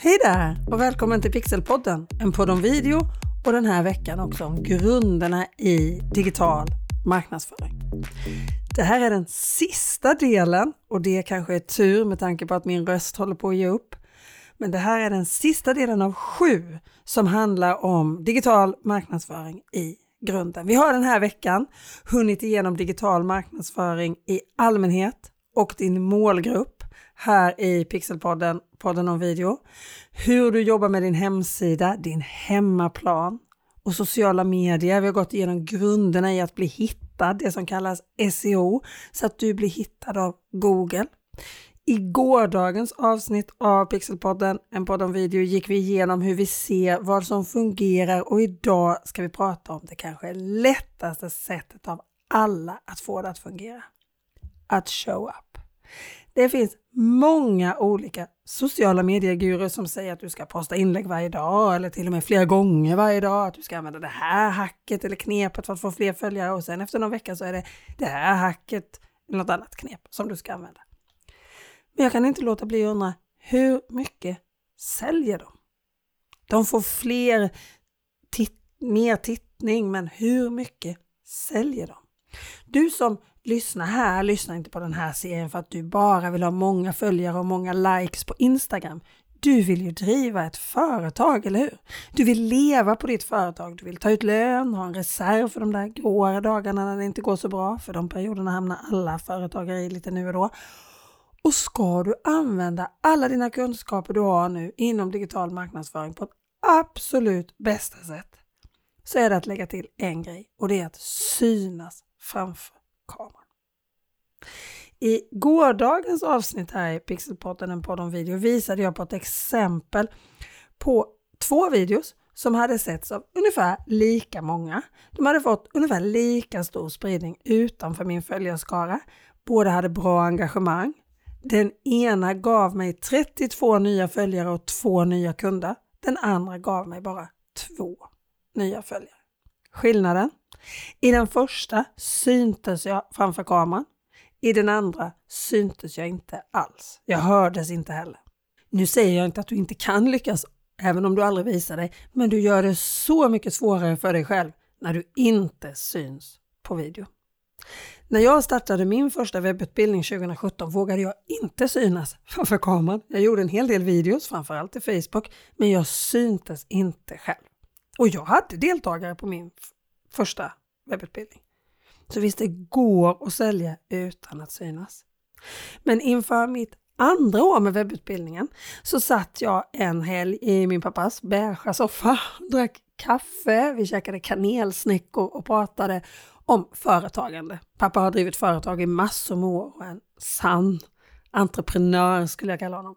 Hej där och välkommen till Pixelpodden, en podd om video och den här veckan också om grunderna i digital marknadsföring. Det här är den sista delen och det kanske är tur med tanke på att min röst håller på att ge upp. Men det här är den sista delen av 7 som handlar om digital marknadsföring i grunden. Vi har den här veckan hunnit igenom digital marknadsföring i allmänhet och din målgrupp här i Pixelpodden, podden om video. Hur du jobbar med din hemsida, din hemmaplan och sociala medier. Vi har gått igenom grunderna i att bli hittad, det som kallas SEO, så att du blir hittad av Google. I gårdagens avsnitt av Pixelpodden, en podd om video, gick vi igenom hur vi ser vad som fungerar och idag ska vi prata om det kanske lättaste sättet av alla att få det att fungera. Att show up. Det finns många olika sociala mediegurer som säger att du ska posta inlägg varje dag eller till och med flera gånger varje dag. Att du ska använda det här hacket eller knepet för att få fler följare och sen efter någon vecka så är det här hacket eller något annat knep som du ska använda. Men jag kan inte låta bli att undra, hur mycket säljer de? De får mer tittning, men hur mycket säljer de? Du som lyssnar inte på den här serien för att du bara vill ha många följare och många likes på Instagram. Du vill ju driva ett företag, eller hur? Du vill leva på ditt företag. Du vill ta ut lön, ha en reserv för de där gråa dagarna när det inte går så bra. För de perioderna hamnar alla företagare i lite nu och då. Och ska du använda alla dina kunskaper du har nu inom digital marknadsföring på ett absolut bästa sätt, så är det att lägga till en grej, och det är att synas framför kameran. I gårdagens avsnitt här i Pixelpodden, en podd om video, visade jag på ett exempel på 2 videos som hade setts av ungefär lika många. De hade fått ungefär lika stor spridning utanför min följarskara. Båda hade bra engagemang. Den ena gav mig 32 nya följare och 2 nya kunder. Den andra gav mig bara 2 nya följare. Skillnaden? I den första syntes jag framför kameran. I den andra syntes jag inte alls. Jag hördes inte heller. Nu säger jag inte att du inte kan lyckas även om du aldrig visar dig. Men du gör det så mycket svårare för dig själv när du inte syns på video. När jag startade min första webbutbildning 2017 vågade jag inte synas framför kameran. Jag gjorde en hel del videos, framförallt i Facebook, men jag syntes inte själv. Och jag hade deltagare på min första webbutbildning. Så visst, det går att sälja utan att synas. Men inför mitt andra år med webbutbildningen så satt jag en helg i min pappas beige soffa, drack kaffe, vi käkade kanelsnäckor och pratade om företagande. Pappa har drivit företag i massor med år och en sann entreprenör skulle jag kalla honom.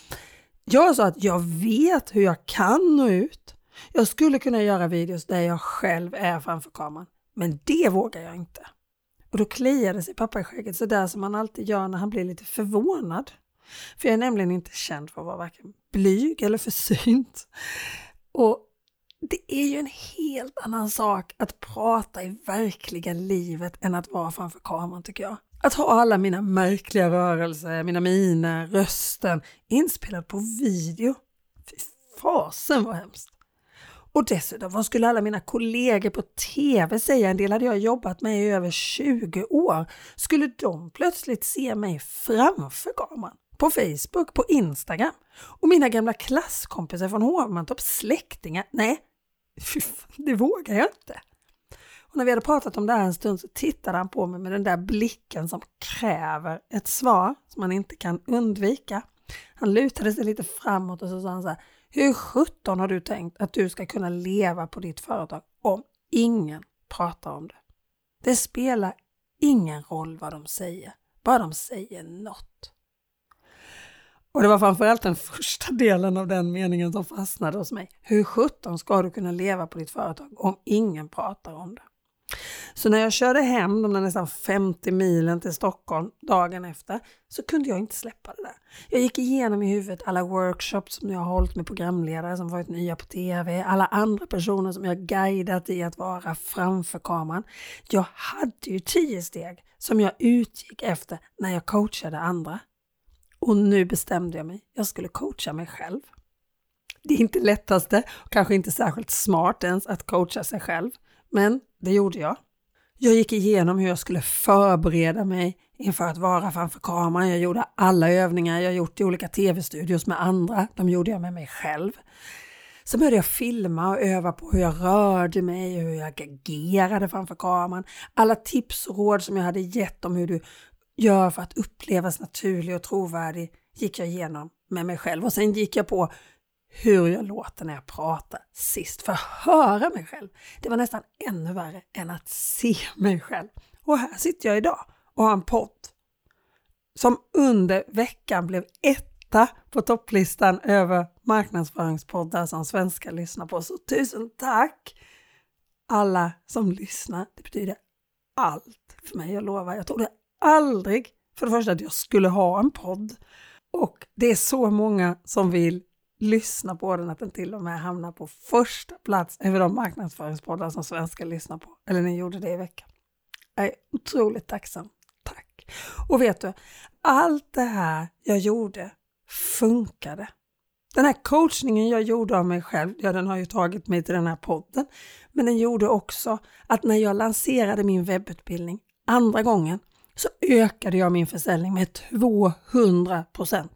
Jag sa att jag vet hur jag kan nå ut. Jag skulle kunna göra videos där jag själv är framför kameran. Men det vågar jag inte. Och då kliade sig pappa i skägget så där som man alltid gör när han blir lite förvånad. För jag är nämligen inte känd för att vara varken blyg eller försynt. Och det är ju en helt annan sak att prata i verkliga livet än att vara framför kameran, tycker jag. Att ha alla mina märkliga rörelser, mina miner, rösten inspelad på video. Fy fasen vad hemskt. Och dessutom, vad skulle alla mina kollegor på tv säga? En del hade jag jobbat med i över 20 år. Skulle de plötsligt se mig framför kameran? På Facebook, på Instagram? Och mina gamla klasskompisar från Hovmantorp, släktingar? Nej, det vågar jag inte. Och när vi hade pratat om det här en stund så tittade han på mig med den där blicken som kräver ett svar som man inte kan undvika. Han lutade sig lite framåt och så sa han så här: hur 17 har du tänkt att du ska kunna leva på ditt företag om ingen pratar om det? Det spelar ingen roll vad de säger, bara de säger något. Och det var framförallt den första delen av den meningen som fastnade hos mig. Hur 17 ska du kunna leva på ditt företag om ingen pratar om det? Så när jag körde hem de där nästan 50 milen till Stockholm dagen efter så kunde jag inte släppa det där. Jag gick igenom i huvudet alla workshops som jag har hållit med programledare som varit nya på tv, alla andra personer som jag guidat i att vara framför kameran. Jag hade ju 10 steg som jag utgick efter när jag coachade andra. Och nu bestämde jag mig, jag skulle coacha mig själv. Det är inte lättaste och kanske inte särskilt smart ens att coacha sig själv. Men det gjorde jag. Jag gick igenom hur jag skulle förbereda mig inför att vara framför kameran. Jag gjorde alla övningar jag gjort i olika tv-studios med andra. De gjorde jag med mig själv. Så började jag filma och öva på hur jag rörde mig och hur jag agerade framför kameran. Alla tips och råd som jag hade gett om hur du gör för att upplevas naturlig och trovärdig gick jag igenom med mig själv. Och sen gick jag på hur jag låter när jag pratar sist för att höra mig själv. Det var nästan ännu värre än att se mig själv. Och här sitter jag idag och har en podd som under veckan blev etta på topplistan över marknadsföringspoddar som svenskar lyssnar på. Så tusen tack alla som lyssnar. Det betyder allt för mig, jag lovar. Jag trodde aldrig för det första att jag skulle ha en podd. Och det är så många som vill lyssna på den att den till och med hamnar på första plats över de marknadsföringspoddar som svenskar lyssnar på. Eller ni gjorde det i veckan. Jag är otroligt tacksam. Tack. Och vet du, allt det här jag gjorde funkade. Den här coachningen jag gjorde av mig själv, ja, den har ju tagit mig till den här podden. Men den gjorde också att när jag lanserade min webbutbildning andra gången så ökade jag min försäljning med 200%.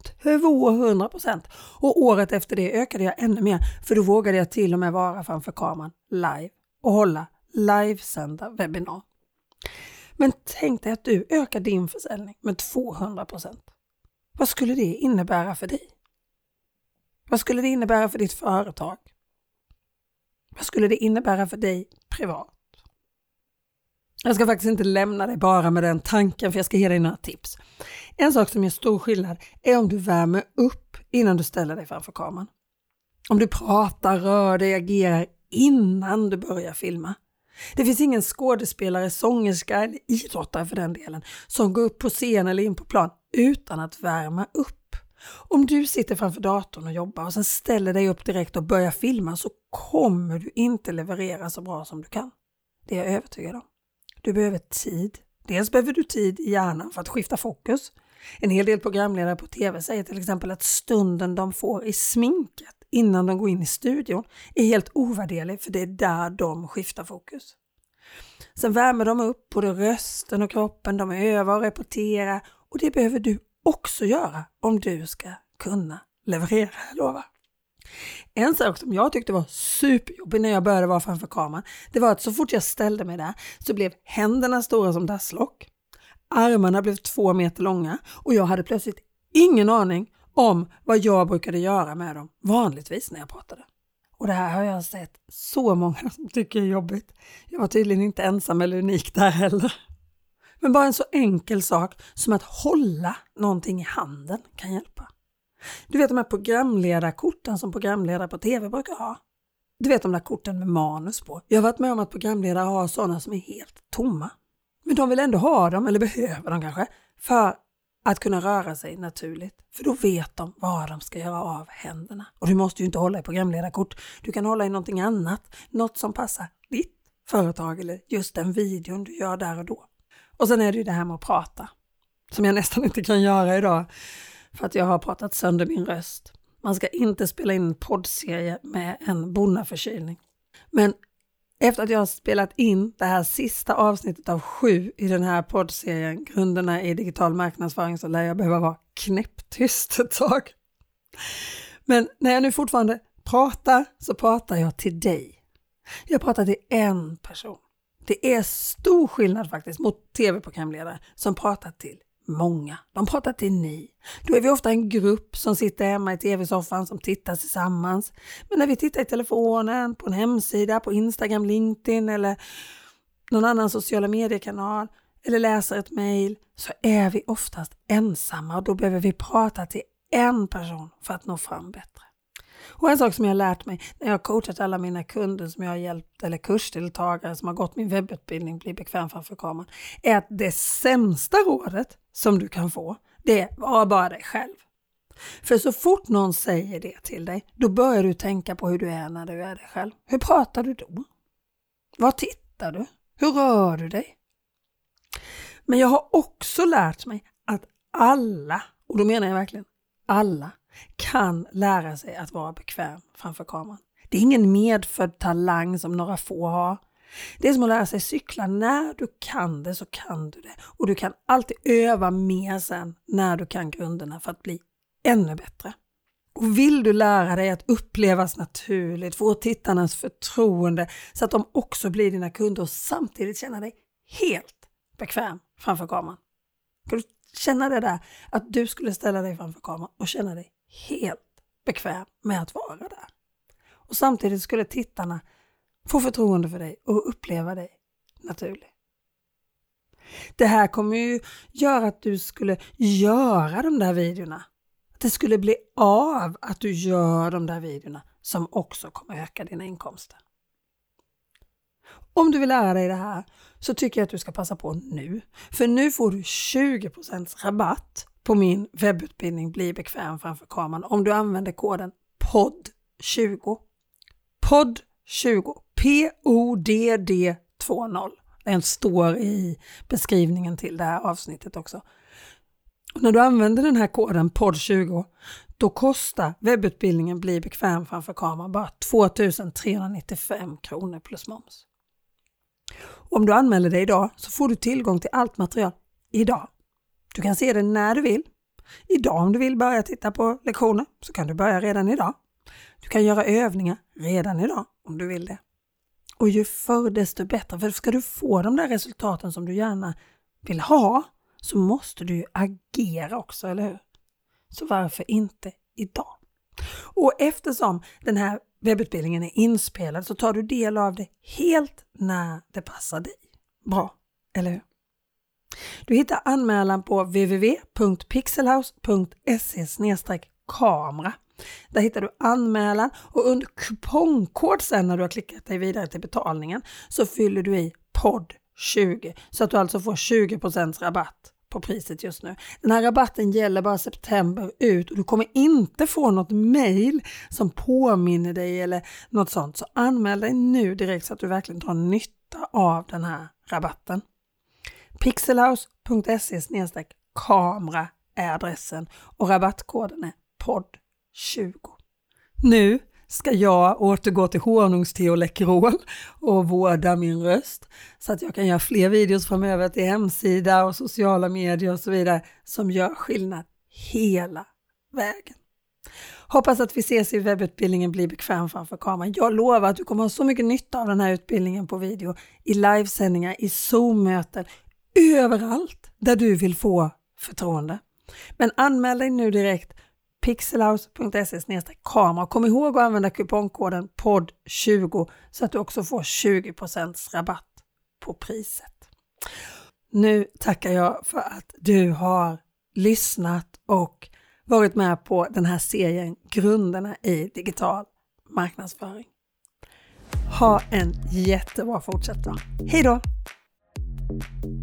200%. Och året efter det ökade jag ännu mer, för då vågade jag till och med vara framför kameran live och hålla livesända webbinar. Men tänk dig att du ökar din försäljning med 200%. Vad skulle det innebära för dig? Vad skulle det innebära för ditt företag? Vad skulle det innebära för dig privat? Jag ska faktiskt inte lämna dig bara med den tanken, för jag ska ge dig några tips. En sak som är stor skillnad är om du värmer upp innan du ställer dig framför kameran. Om du pratar, rör dig, agerar innan du börjar filma. Det finns ingen skådespelare, sångerska eller idrottare för den delen som går upp på scen eller in på plan utan att värma upp. Om du sitter framför datorn och jobbar och sen ställer dig upp direkt och börjar filma, så kommer du inte leverera så bra som du kan. Det är jag övertygad om. Du behöver tid. Dels behöver du tid i hjärnan för att skifta fokus. En hel del programledare på tv säger till exempel att stunden de får i sminket innan de går in i studion är helt ovärderlig, för det är där de skiftar fokus. Sen värmer de upp både rösten och kroppen, de övar och repeterar, och det behöver du också göra om du ska kunna leverera, lovar. En sak som jag tyckte var superjobbig när jag började vara framför kameran, det var att så fort jag ställde mig där så blev händerna stora som dasslock, armarna blev 2 meter långa och jag hade plötsligt ingen aning om vad jag brukade göra med dem vanligtvis när jag pratade. Och det här har jag sett så många som tycker är jobbigt. Jag var tydligen inte ensam eller unik där heller. Men bara en så enkel sak som att hålla någonting i handen kan hjälpa. Du vet de här programledarkorten som programledare på tv brukar ha. Du vet de där korten med manus på. Jag har varit med om att programledare har sådana som är helt tomma. Men de vill ändå ha dem, eller behöver dem kanske, för att kunna röra sig naturligt. För då vet de vad de ska göra av händerna. Och du måste ju inte hålla i programledarkort. Du kan hålla i någonting annat. Något som passar ditt företag eller just den videon du gör där och då. Och sen är det ju det här med att prata. Som jag nästan inte kan göra idag. För att jag har pratat sönder min röst. Man ska inte spela in en poddserie med en bonnaförkylning. Men efter att jag har spelat in det här sista avsnittet av 7 i den här poddserien, Grunderna i digital marknadsföring, så lär jag behöva vara knäpptyst ett tag. Men när jag nu fortfarande pratar, så pratar jag till dig. Jag pratar till en person. Det är stor skillnad faktiskt mot tv-programledare som pratar till många. De pratar till ni. Då är vi ofta en grupp som sitter hemma i tv-soffan som tittar tillsammans. Men när vi tittar i telefonen, på en hemsida, på Instagram, LinkedIn eller någon annan sociala mediekanal eller läser ett mejl, så är vi oftast ensamma, och då behöver vi prata till en person för att nå fram bättre. Och en sak som jag har lärt mig när jag har coachat alla mina kunder som jag har hjälpt, eller kursdeltagare som har gått min webbutbildning bli bekväm framför kameran, är att det sämsta rådet som du kan få, det är var bara dig själv. För så fort någon säger det till dig, då börjar du tänka på hur du är när du är dig själv. Hur pratar du då? Vad tittar du? Hur rör du dig? Men jag har också lärt mig att alla, och då menar jag verkligen alla, kan lära sig att vara bekväm framför kameran. Det är ingen medfödd talang som några få har. Det är som att lära sig cykla. När du kan det så kan du det. Och du kan alltid öva mer sen när du kan grunderna för att bli ännu bättre. Och vill du lära dig att upplevas naturligt, få tittarnas förtroende så att de också blir dina kunder och samtidigt känna dig helt bekväm framför kameran. Kan du känna det där? Att du skulle ställa dig framför kameran och känna dig helt bekväm med att vara där. Och samtidigt skulle tittarna få förtroende för dig och uppleva dig naturligt. Det här kommer ju göra att du skulle göra de där videorna. Att det skulle bli av att du gör de där videorna som också kommer öka dina inkomster. Om du vill lära dig det här så tycker jag att du ska passa på nu. För nu får du 20% rabatt på min webbutbildning Bli bekväm framför kameran om du använder koden PODD20. PODD20. PODD20. Den står i beskrivningen till det här avsnittet också. Och när du använder den här koden PODD20 då kostar webbutbildningen Bli bekväm framför kameran bara 2395 kronor plus moms. Om du anmäler dig idag så får du tillgång till allt material idag. Du kan se det när du vill. Idag om du vill börja titta på lektioner så kan du börja redan idag. Du kan göra övningar redan idag om du vill det. Och ju förr desto bättre, för ska du få de där resultaten som du gärna vill ha så måste du ju agera också, eller hur? Så varför inte idag? Och eftersom den här webbutbildningen är inspelad så tar du del av det helt när det passar dig. Bra, eller hur? Du hittar anmälan på www.pixelhouse.se/kamera. Där hittar du anmälan och under kupongkod sen när du har klickat dig vidare till betalningen så fyller du i PODD20 så att du alltså får 20% rabatt på priset just nu. Den här rabatten gäller bara september ut och du kommer inte få något mejl som påminner dig eller något sånt. Så anmäl dig nu direkt så att du verkligen drar nytta av den här rabatten. Pixelhouse.se/kamera är adressen och rabattkoden är PODD20. Nu ska jag återgå till honungste och Läkerol och vårda min röst så att jag kan göra fler videos framöver till hemsida och sociala medier och så vidare som gör skillnad hela vägen. Hoppas att vi ses i webbutbildningen Bli bekväm framför kameran. Jag lovar att du kommer ha så mycket nytta av den här utbildningen på video, i livesändningar, i Zoom-möten, överallt där du vill få förtroende. Men anmäl dig nu direkt pixelhouse.se/kamera. Kom ihåg att använda kupongkoden PODD20 så att du också får 20% rabatt på priset. Nu tackar jag för att du har lyssnat och varit med på den här serien Grunderna i digital marknadsföring. Ha en jättebra fortsättning. Hej då!